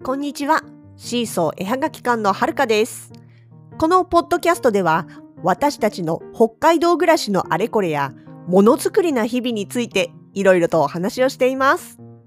こんにちは。シーソー絵はがき館のはるかです。このポッドキャストでは、私たちの北海道暮らしのあれこれや、ものづくりな日々についていろいろとお話をしています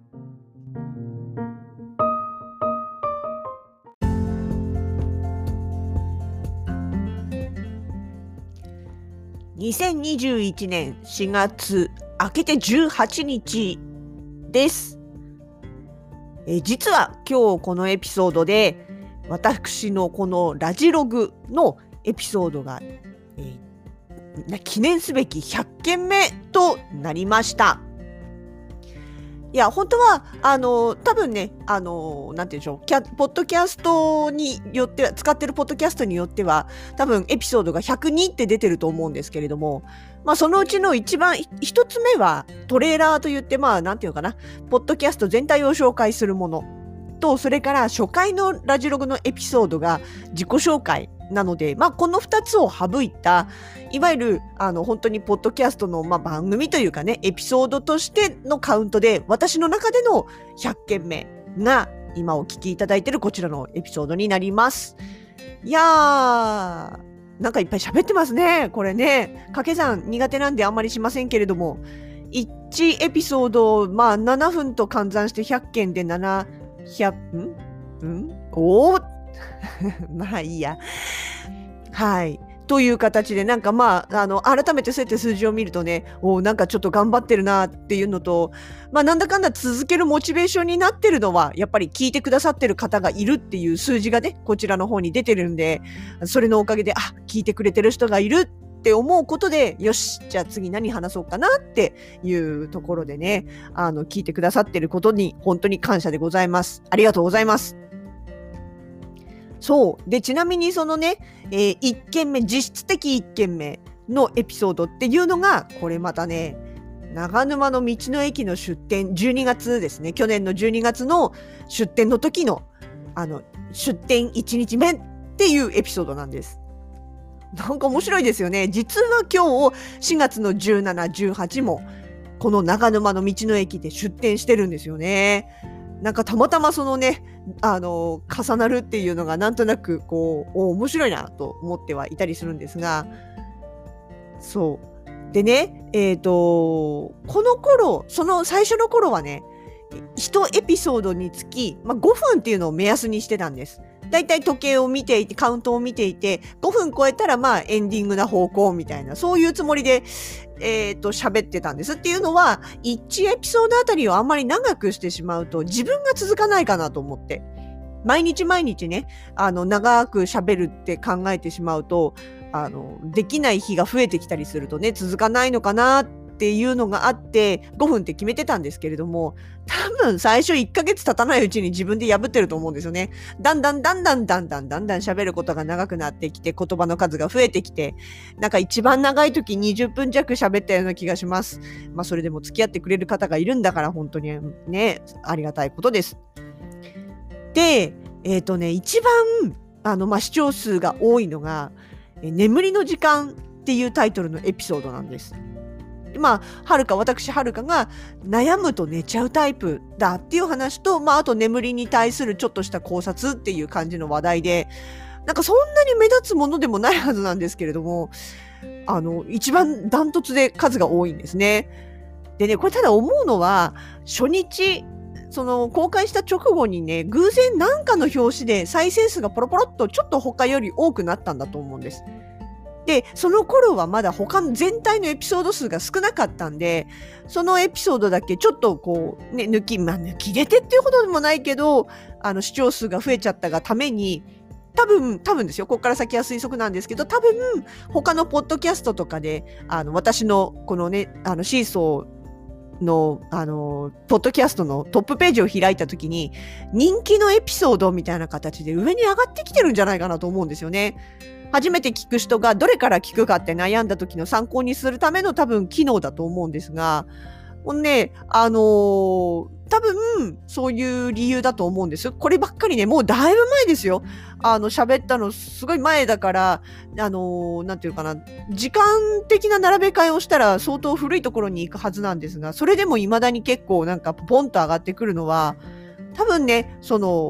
。2021年4月明けて18日です。実は今日このエピソードで私のこのラジログのエピソードが、記念すべき100件目となりました。いや本当は多分ねなんて言うんでしょう、ポッドキャストによっては使ってるポッドキャストによっては多分エピソードが102って出てると思うんですけれども、そのうちの一つ目はトレーラーといってなんていうのかな、ポッドキャスト全体を紹介するものと、それから初回のラジログのエピソードが自己紹介なので、この2つを省いたいわゆる本当にポッドキャストの番組というかね、エピソードとしてのカウントで私の中での100件目が今お聞きいただいているこちらのエピソードになります。いやー、なんかいっぱい喋ってますね。これね、掛け算苦手なんであんまりしませんけれども、1エピソード7分と換算して100件で700おーいいや。はい。という形で改めてそうやって数字を見るとね、なんかちょっと頑張ってるなっていうのと、なんだかんだ続けるモチベーションになってるのは、やっぱり聞いてくださってる方がいるっていう数字がね、こちらの方に出てるんで、それのおかげで、聞いてくれてる人がいるって思うことで、よし、じゃあ次何話そうかなっていうところでね、聞いてくださってることに本当に感謝でございます。ありがとうございます。そう。で、ちなみにそのね、1件目、実質的1件目のエピソードっていうのが、これまたね、長沼の道の駅の出店、12月ですね。去年の12月の出店の時の、出店1日目っていうエピソードなんです。なんか面白いですよね。実は今日4月の17、18も、この長沼の道の駅で出店してるんですよね。なんかたまたまそのね、重なるっていうのがなんとなく面白いなと思ってはいたりするんですが、そう。でね、この頃、その最初の頃はね、1エピソードにつき、5分っていうのを目安にしてたんです。だいたい時計を見ていて、カウントを見ていて、5分超えたらエンディングな方向みたいな、そういうつもりで、喋ってたんです。っていうのは、1エピソードあたりをあんまり長くしてしまうと、自分が続かないかなと思って。毎日毎日ね、長く喋るって考えてしまうと、できない日が増えてきたりするとね、続かないのかなっていうのがあって、5分って決めてたんですけれども、多分最初1ヶ月経たないうちに自分で破ってると思うんですよね。だんだん喋ることが長くなってきて、言葉の数が増えてきて、なんか一番長い時20分弱喋ったような気がします。それでも付き合ってくれる方がいるんだから本当にね、ありがたいことです。で、一番視聴数が多いのが、眠りの時間っていうタイトルのエピソードなんです。私はるかが悩むと寝ちゃうタイプだっていう話と、あと眠りに対するちょっとした考察っていう感じの話題で、なんかそんなに目立つものでもないはずなんですけれども、一番ダントツで数が多いんですね。でね、これただ思うのは、初日、その公開した直後にね、偶然なんかの表紙で再生数がポロポロっとちょっと他より多くなったんだと思うんです。で、その頃はまだ他の全体のエピソード数が少なかったんで、そのエピソードだけちょっと抜き出てっていうほどでもないけど、視聴数が増えちゃったがために、多分ですよ。ここから先は推測なんですけど、多分他のポッドキャストとかで、私のこのね、シーソーの、ポッドキャストのトップページを開いたときに、人気のエピソードみたいな形で上に上がってきてるんじゃないかなと思うんですよね。初めて聞く人がどれから聞くかって悩んだ時の参考にするための多分機能だと思うんですが、もうね、多分そういう理由だと思うんですよ。こればっかりね、もうだいぶ前ですよ。喋ったのすごい前だから、なんていうかな、時間的な並べ替えをしたら相当古いところに行くはずなんですが、それでも未だに結構なんかポンと上がってくるのは、多分ね、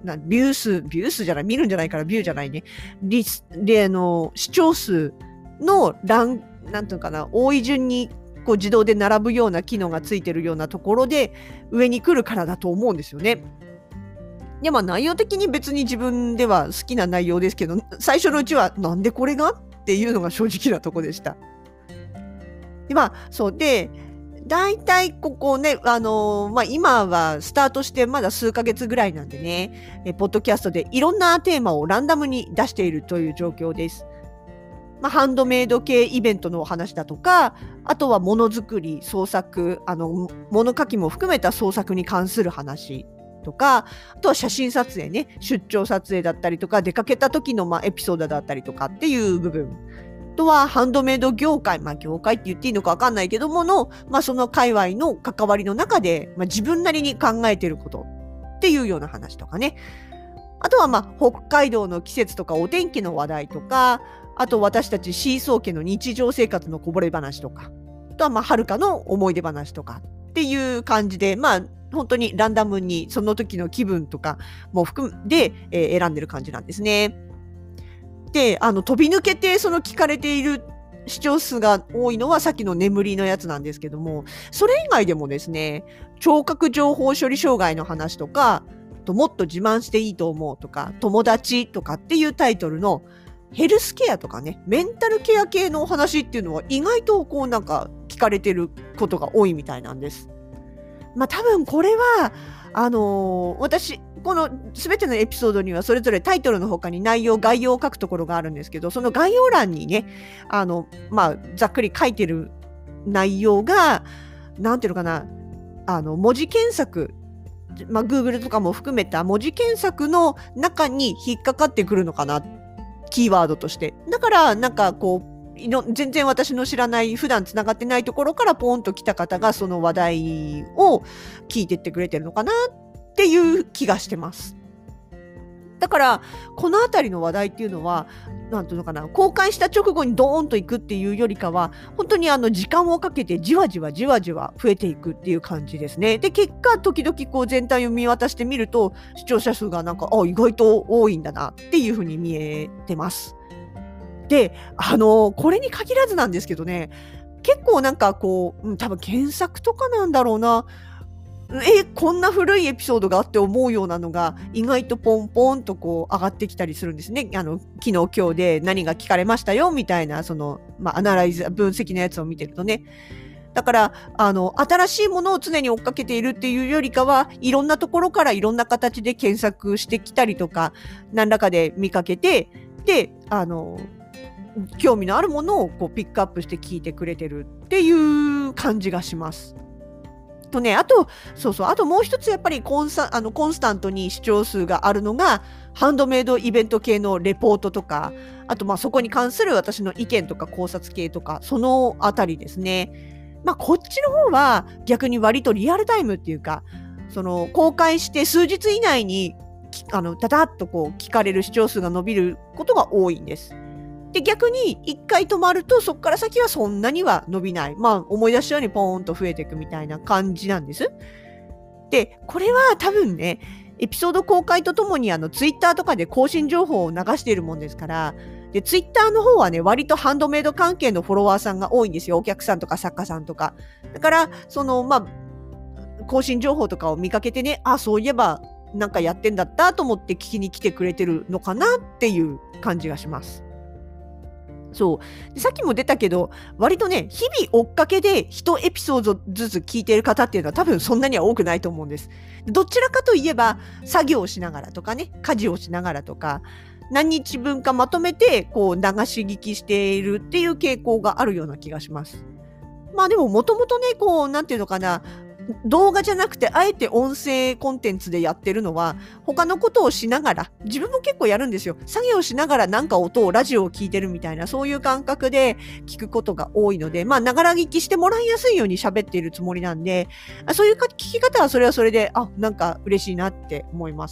ビュー数じゃない、見るんじゃないからビューじゃないね。視聴数のなんていうのかな、多い順にこう自動で並ぶような機能がついてるようなところで上に来るからだと思うんですよね。で、内容的に別に自分では好きな内容ですけど、最初のうちはなんでこれがっていうのが正直なとこでした。で、そうで、だいたいここね、今はスタートしてまだ数ヶ月ぐらいなんでね、ポッドキャストでいろんなテーマをランダムに出しているという状況です。ハンドメイド系イベントのお話だとか、あとはものづくり、創作、物書きも含めた創作に関する話とか、あとは写真撮影ね、出張撮影だったりとか、出かけた時のエピソードだったりとかっていう部分。あとはハンドメイド業界、業界って言っていいのかわかんないけどもの、その界隈の関わりの中で、自分なりに考えていることっていうような話とかね。あとは北海道の季節とかお天気の話題とか、あと私たちシーソー家の日常生活のこぼれ話とか、あとははるかの思い出話とかっていう感じで、本当にランダムにその時の気分とかも含んで、選んでる感じなんですね。で、飛び抜けてその聞かれている視聴数が多いのはさっきの眠りのやつなんですけども、それ以外でもですね、聴覚情報処理障害の話とか、もっと自慢していいと思うとか、友達とかっていうタイトルのヘルスケアとかね、メンタルケア系のお話っていうのは意外と聞かれてることが多いみたいなんです。多分これは、私、この全てのエピソードにはそれぞれタイトルの他に概要を書くところがあるんですけど、その概要欄にね、ざっくり書いてる内容が、なんていうのかな、文字検索、Google とかも含めた文字検索の中に引っかかってくるのかな、キーワードとして。だから、全然私の知らない、普段つながってないところからポンと来た方がその話題を聞いてってくれてるのかなっていう気がしてます。だから、このあたりの話題っていうのは、なんていうのかな、公開した直後にドーンと行くっていうよりかは、本当に時間をかけてじわじわ増えていくっていう感じですね。で、結果、時々全体を見渡してみると、視聴者数が意外と多いんだなっていうふうに見えてます。で、これに限らずなんですけどね、結構多分検索とかなんだろうな。こんな古いエピソードがあって思うようなのが意外とポンポンと上がってきたりするんですね。昨日今日で何が聞かれましたよみたいな、アナライズ、分析のやつを見てるとね。だから、新しいものを常に追っかけているっていうよりかは、いろんなところからいろんな形で検索してきたりとか、何らかで見かけて、で、興味のあるものをピックアップして聞いてくれてるっていう感じがします。とね、あともう一つやっぱりコンスタントに視聴数があるのが、ハンドメイドイベント系のレポートとか、あとそこに関する私の意見とか考察系とか、そのあたりですね。こっちの方は逆に割とリアルタイムっていうか、公開して数日以内に、ダダッと聞かれる視聴数が伸びることが多いんです。で、逆に一回止まるとそこから先はそんなには伸びない。思い出したようにポーンと増えていくみたいな感じなんです。で、これは多分ね、エピソード公開とともにツイッターとかで更新情報を流しているもんですから、で、ツイッターの方はね、割とハンドメイド関係のフォロワーさんが多いんですよ。お客さんとか作家さんとか。だから、更新情報とかを見かけてね、そういえばなんかやってんだったと思って聞きに来てくれてるのかなっていう感じがします。で、さっきも出たけど、割とね、日々追っかけで1エピソードずつ聞いている方っていうのは多分そんなには多くないと思うんです。どちらかといえば、作業をしながらとかね、家事をしながらとか、何日分かまとめて、流し聞きしているっていう傾向があるような気がします。でももともとね、なんていうのかな、動画じゃなくてあえて音声コンテンツでやってるのは他のことをしながら、自分も結構やるんですよ。作業しながらなんかラジオを聞いてるみたいな、そういう感覚で聞くことが多いので、ながら聞きしてもらいやすいように喋っているつもりなんで、そういう聞き方はそれはそれで、なんか嬉しいなって思います。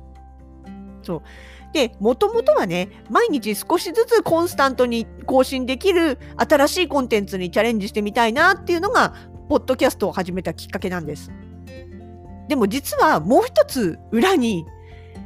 で、もともとはね、毎日少しずつコンスタントに更新できる新しいコンテンツにチャレンジしてみたいなっていうのが、ポッドキャストを始めたきっかけなんです。でも実はもう一つ裏に、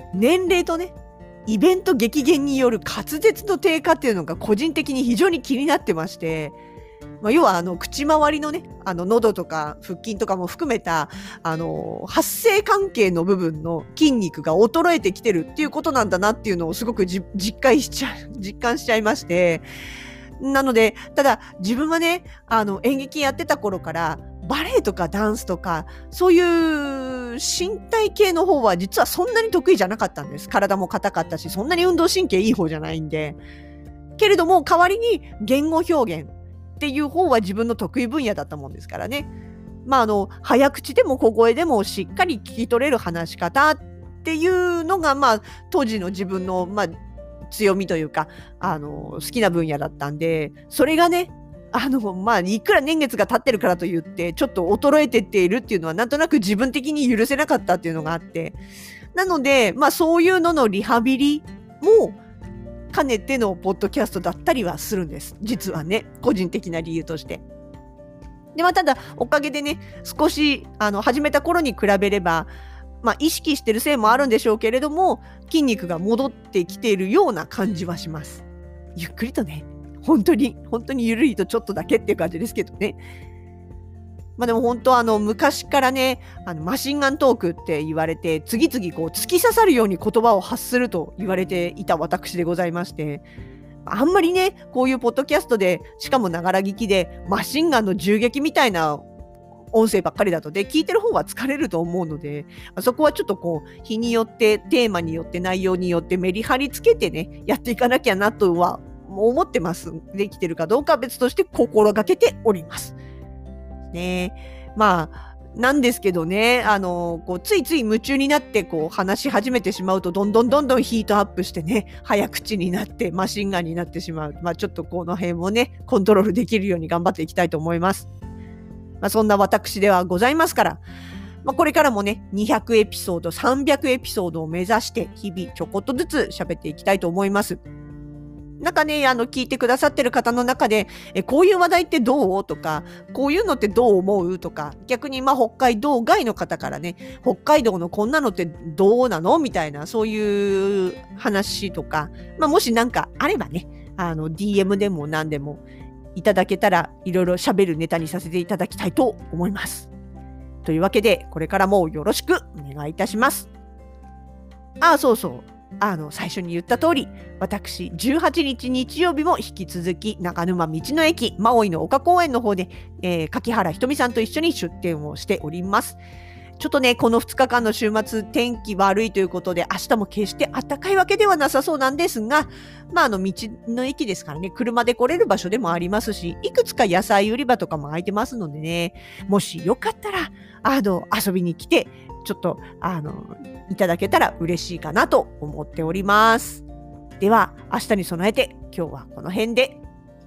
年齢とね、イベント激減による滑舌の低下っていうのが個人的に非常に気になってまして、要は口周りのね、喉とか腹筋とかも含めた、発声関係の部分の筋肉が衰えてきてるっていうことなんだなっていうのをすごく実感しちゃいまして、なので、ただ自分はね、演劇やってた頃から、バレエとかダンスとか、そういう身体系の方は実はそんなに得意じゃなかったんです。体も硬かったし、そんなに運動神経いい方じゃないんで。けれども、代わりに言語表現っていう方は自分の得意分野だったもんですからね。早口でも小声でもしっかり聞き取れる話し方っていうのが、当時の自分の、強みというか、好きな分野だったんで、それがね、いくら年月が経ってるからといって、ちょっと衰えてっているっていうのは、なんとなく自分的に許せなかったっていうのがあって。なので、そういうののリハビリも兼ねてのポッドキャストだったりはするんです。実はね、個人的な理由として。で、ただ、おかげでね、少し、始めた頃に比べれば、意識してるせいもあるんでしょうけれども、筋肉が戻ってきているような感じはします。ゆっくりとね、本当にゆるいとちょっとだけっていう感じですけどね。でも本当昔からね、マシンガントークって言われて、次々こう突き刺さるように言葉を発すると言われていた私でございまして、あんまりね、こういうポッドキャストで、しかもながら聞きで、マシンガンの銃撃みたいな音声ばっかりだとで、聞いてる方は疲れると思うので、そこはちょっとこう、日によって、テーマによって、内容によってメリハリつけてね、やっていかなきゃなとは思ってます。できてるかどうかは別として心がけております。ね。なんですけどね、こうついつい夢中になってこう話し始めてしまうと、どんどんヒートアップしてね、早口になってマシンガンになってしまう。ちょっとこの辺もね、コントロールできるように頑張っていきたいと思います。そんな私ではございますから、これからもね、200エピソード、300エピソードを目指して、日々ちょこっとずつ喋っていきたいと思います。なんかね、聞いてくださってる方の中で、こういう話題ってどうとか、こういうのってどう思うとか、逆に北海道外の方からね、北海道のこんなのってどうなのみたいな、そういう話とか、もしなんかあればね、DM でも何でもいただけたら、いろいろ喋るネタにさせていただきたいと思います。というわけで、これからもよろしくお願いいたします。そうそう。最初に言った通り、私、18日日曜日も引き続き、長沼道の駅、マオイの丘公園の方で、柿原ひとみさんと一緒に出店をしております。ちょっとね、この2日間の週末、天気悪いということで、明日も決して暖かいわけではなさそうなんですが、道の駅ですからね、車で来れる場所でもありますし、いくつか野菜売り場とかも空いてますのでね、もしよかったら、遊びに来て、ちょっと、いただけたら嬉しいかなと思っております。では、明日に備えて、今日はこの辺で。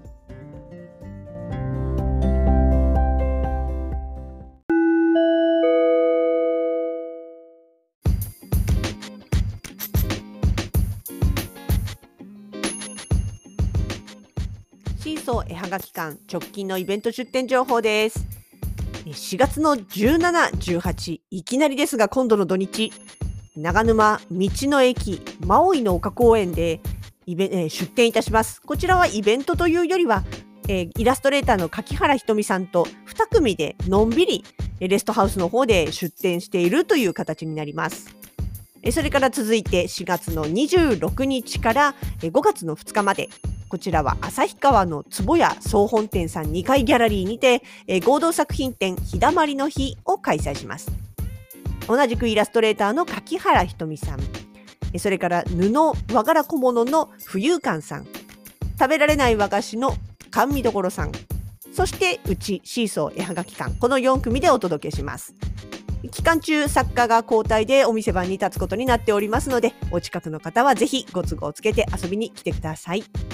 シーソー絵はがき館直近のイベント出店情報です。4月の17、18、いきなりですが今度の土日、長沼道の駅マオイの丘公園で出店いたします。こちらはイベントというよりは、イラストレーターの柿原ひとみさんと2組でのんびりレストハウスの方で出店しているという形になります。それから続いて4月の26日から5月の2日まで、こちらは旭川の坪屋総本店さん2階ギャラリーにて、合同作品展日だまりの日を開催します。同じくイラストレーターの柿原ひとみさん、それから布和柄小物の浮遊館さん、食べられない和菓子の甘味どころさん、そしてうちシーソー絵はがき館、この4組でお届けします。期間中作家が交代でお店番に立つことになっておりますので、お近くの方はぜひご都合をつけて遊びに来てください。